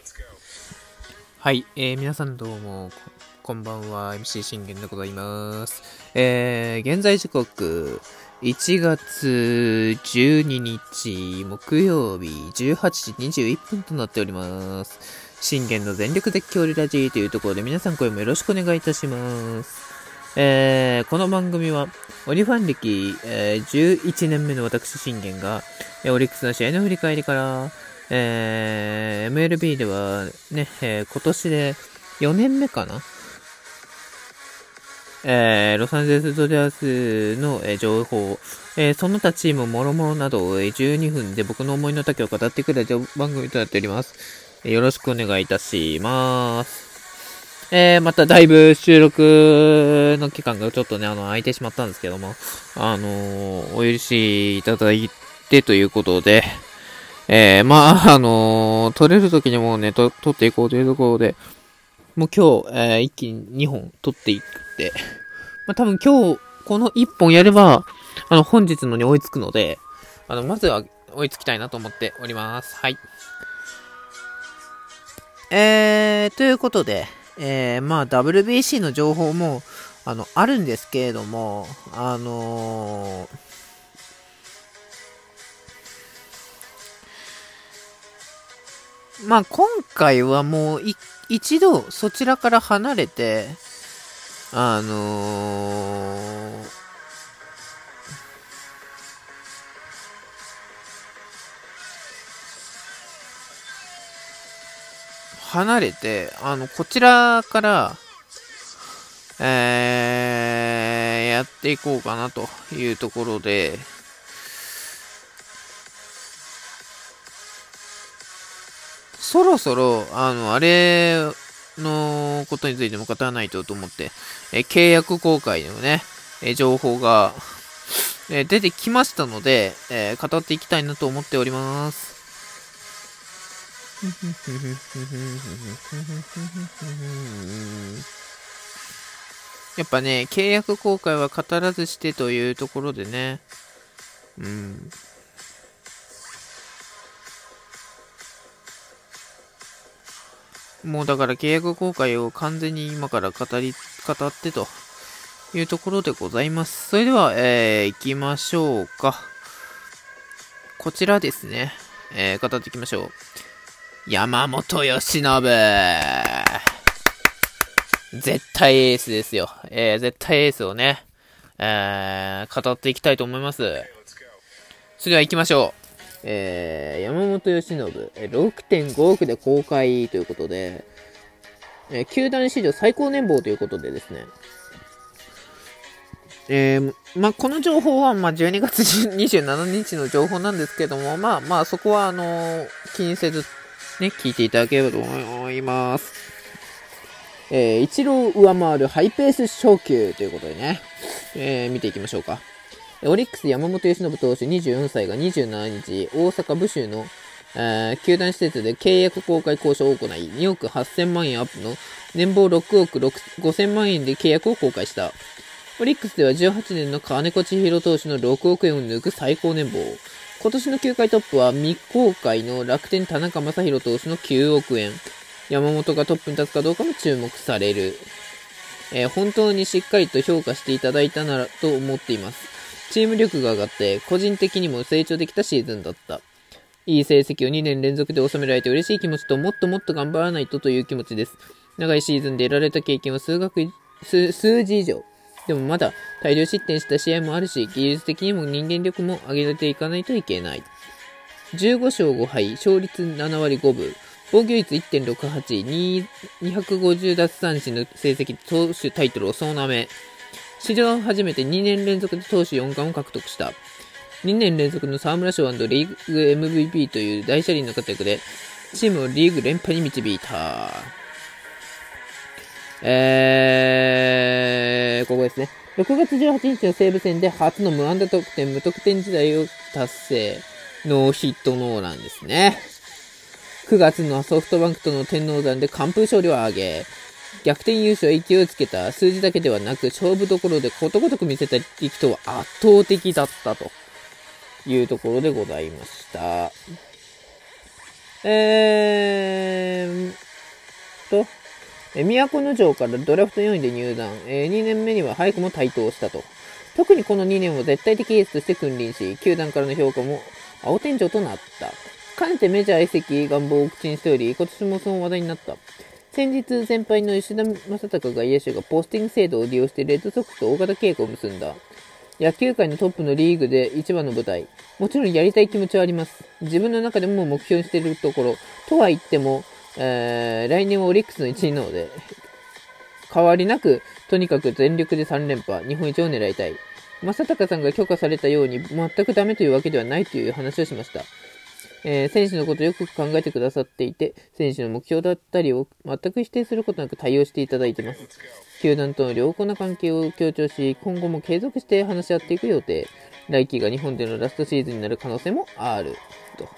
はい、皆さんどうもこんばんは。 MC 信玄でございます。現在時刻1月12日木曜日18時21分となっております。信玄の全力絶叫リラジーというところで皆さん声もよろしくお願いいたします。この番組はオリファン歴、11年目の私信玄がオリックスの試合の振り返りからMLB ではね、今年で4年目かな、ロサンゼルスドジャースの、情報、その他チームもろもろなどを12分で僕の思いの丈を語ってくれる番組となっております。よろしくお願いいたします。まただいぶ収録の期間がちょっとね、空いてしまったんですけども、お許しいただいてということで、撮れる時にもうね、撮っていこうというところで、もう今日、一気に2本撮っていって、多分今日、この1本やれば、本日のに追いつくので、まずは追いつきたいなと思っております。はい。ということで、WBC の情報も、あるんですけれども、今回はもう一度そちらから離れて、こちらから、やっていこうかなというところで、そろそろ、あれのことについても語らないと思って、契約公開のね、情報が、出てきましたので、語っていきたいなと思っております。やっぱね、契約公開は語らずしてというところでね、もうだから契約公開を完全に今から語ってというところでございます。それでは、行きましょうか。こちらですね、語っていきましょう。山本由伸、絶対エースですよ。絶対エースをね、語っていきたいと思います。それでは行きましょう。山本由伸、6.5 億で公開ということで、球団史上最高年俸ということでですね、この情報は、12月27日の情報なんですけども、そこは、気にせず、ね、聞いていただければと思います。一郎を上回るハイペース昇級ということでね、見ていきましょうか。オリックス山本由伸投手24歳が27日、大阪府州の、球団施設で契約公開交渉を行い、2億8000万円アップの年俸6億5000万円で契約を公開した。オリックスでは18年の金子千尋投手の6億円を抜く最高年俸。今年の球界トップは未公開の楽天田中将大投手の9億円。山本がトップに立つかどうかも注目される。本当にしっかりと評価していただいたならと思っています。チーム力が上がって個人的にも成長できたシーズンだった。いい成績を2年連続で収められて嬉しい気持ちともっともっと頑張らないとという気持ちです。長いシーズンで得られた経験は数字以上。でもまだ大量失点した試合もあるし、技術的にも人間力も上げていかないといけない。15勝5敗、勝率7割5分、防御率 1.68、250奪三振の成績で投手タイトルを総なめ。史上初めて2年連続で投手4冠を獲得した。2年連続の沢村賞&リーグ MVP という大車輪の活躍で、チームをリーグ連覇に導いた。ここですね。6月18日の西武戦で初の無安打得点、無得点時代を達成。ノーヒットノーランですね。9月のソフトバンクとの天王山で完封勝利を挙げ、逆転優勝へ勢いをつけた。数字だけではなく勝負どころでことごとく見せた力投は圧倒的だったというところでございました。 都城からドラフト4位で入団。2年目には早くも台頭したと。特にこの2年は絶対的エースとして君臨し、球団からの評価も青天井となった。かねてメジャー移籍願望を口にしており、今年もその話題になった。先日、先輩の吉田正尚外野手がポスティング制度を利用してレッドソックスと大型契約を結んだ。野球界のトップのリーグで一番の舞台。もちろんやりたい気持ちはあります。自分の中でも目標にしているところ。とは言っても、来年はオリックスの一員なので、変わりなく、とにかく全力で3連覇、日本一を狙いたい。正尚さんが許可されたように、全くダメというわけではないという話をしました。選手のことをよく考えてくださっていて、選手の目標だったりを全く否定することなく対応していただいています。球団との良好な関係を強調し、今後も継続して話し合っていく予定。来季が日本でのラストシーズンになる可能性もある。と。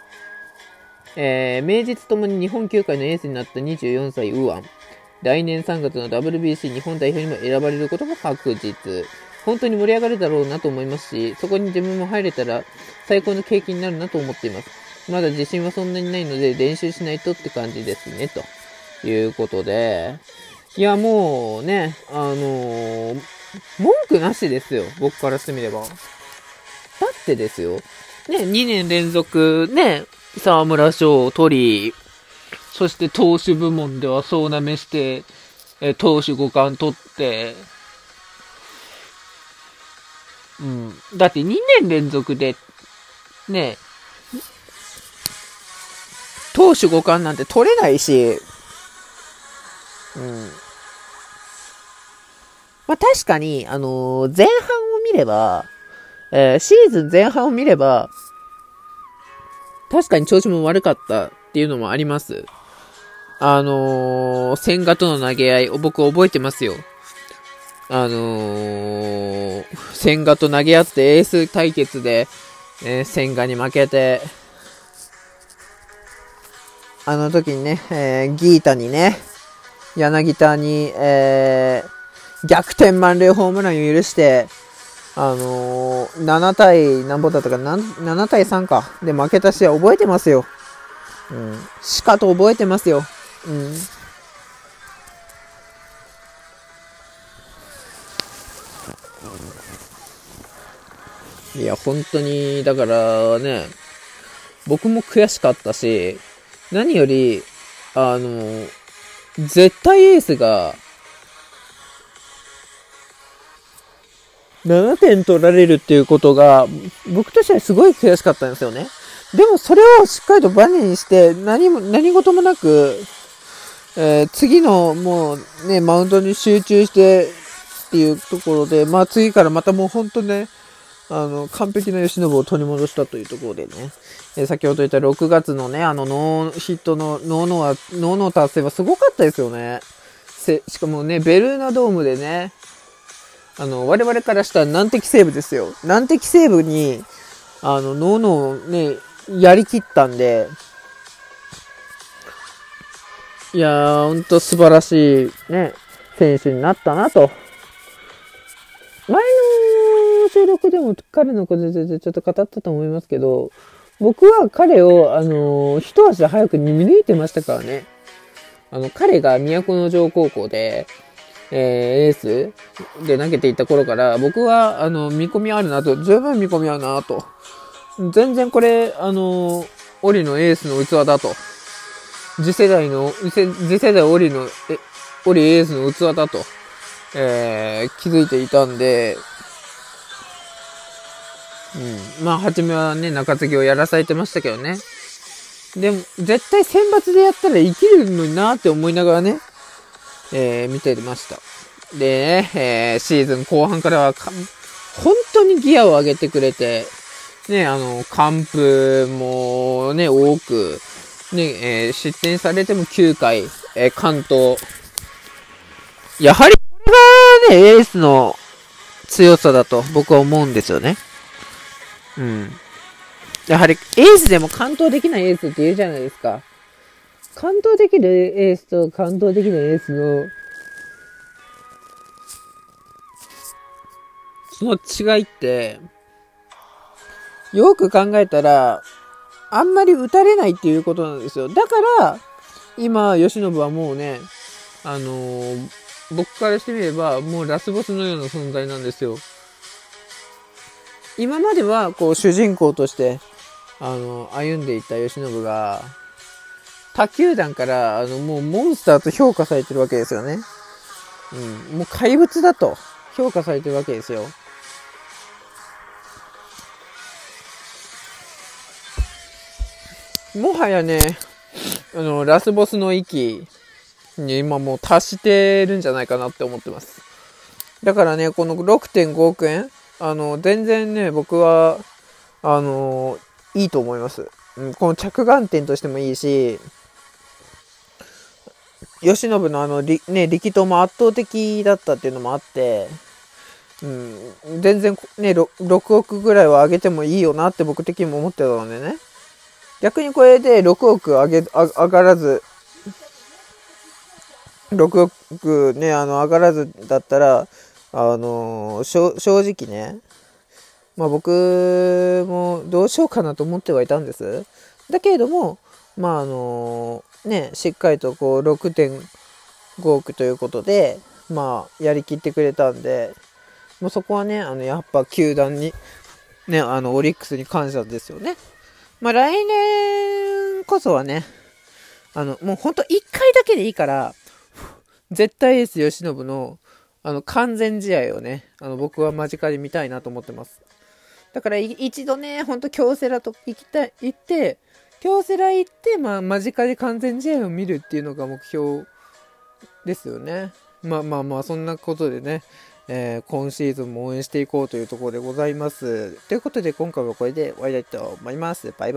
名実ともに日本球界のエースになった24歳右腕。来年3月の WBC 日本代表にも選ばれることが確実。本当に盛り上がるだろうなと思いますし、そこに自分も入れたら最高の経験になるなと思っています。まだ自信はそんなにないので練習しないとって感じですね、ということで。いや、もうね、文句なしですよ、僕からしてみれば。だってですよ、ね、2年連続、ね、沢村賞を取り、そして投手部門では総なめして、投手5冠取って、だって2年連続で、ね、投手5冠なんて取れないし、まあ、確かに、前半を見れば、シーズン前半を見れば、確かに調子も悪かったっていうのもあります。千賀との投げ合い、僕覚えてますよ。千賀と投げ合ってエース対決で、千賀に負けて、あの時にね、ギータにね、柳田に、逆転満塁ホームランを許して、7対何本だったか、7対3か、で負けた試合覚えてますよ。しかと覚えてますよ。いや、本当に、だからね、僕も悔しかったし、何より、絶対エースが、7点取られるっていうことが、僕としてはすごい悔しかったんですよね。でもそれをしっかりとバネにして、何事もなく、次のもうね、マウンドに集中してっていうところで、まあ次からまたもう本当ね、完璧な由伸を取り戻したというところでね、先ほど言った6月のね、ノーヒットのノー達成はすごかったですよね。しかもね、ベルーナドームでね、我々からしたら難敵セーブですよ。難敵セーブに、ノーをね、やりきったんで、いやー、ほんと素晴らしいね、選手になったなと。前の収録でも彼のことでちょっと語ったと思いますけど、僕は彼を、一足早くに見抜いてましたからね。彼が都城高校で、エースで投げていた頃から、僕は、見込みあるなと、十分見込みあるなと。全然これ、オリのエースの器だと。次世代オリエースの器だと。気づいていたんで、まあ、初めはね、中継ぎをやらされてましたけどね。でも、絶対選抜でやったら生きるのになって思いながらね、見てました。で、シーズン後半からは本当にギアを上げてくれて、ね、完封もね、多く、ね、失点されても9回、完投。やはりこれがね、エースの強さだと僕は思うんですよね。やはりエースでも完投できないエースって言うじゃないですか。完投できるエースと完投できないエースのその違いって、よく考えたら、あんまり打たれないっていうことなんですよ。だから、今、吉信はもうね、 僕からしてみればもうラスボスのような存在なんですよ。今まではこう主人公として歩んでいった慶喜が他球団からもうモンスターと評価されてるわけですよね。もう怪物だと評価されてるわけですよ。もはやね、ラスボスの域に今もう達してるんじゃないかなって思ってます。だからね、この 6.5 億円、全然ね、僕は、いいと思います。この着眼点としてもいいし、慶喜の力投も圧倒的だったっていうのもあって、全然ね、6億ぐらいは上げてもいいよなって僕的にも思ってたのでね。逆にこれで6億上がらず、6億ね、上がらずだったら、正直ね、まあ僕もどうしようかなと思ってはいたんです。だけれども、まあね、しっかりとこう 6.5 億ということで、まあやりきってくれたんで、もうそこはね、やっぱ球団に、ね、オリックスに感謝ですよね。まあ来年こそはね、もうほんと1回だけでいいから、絶対エース慶喜の、完全試合をね、僕は間近で見たいなと思ってます。だから一度ね、ほんと京セラと行って、京セラ行って、まあ間近で完全試合を見るっていうのが目標ですよね。まあ、そんなことでね、今シーズンも応援していこうというところでございます。ということで今回はこれで終わりたいと思います。バイバイ。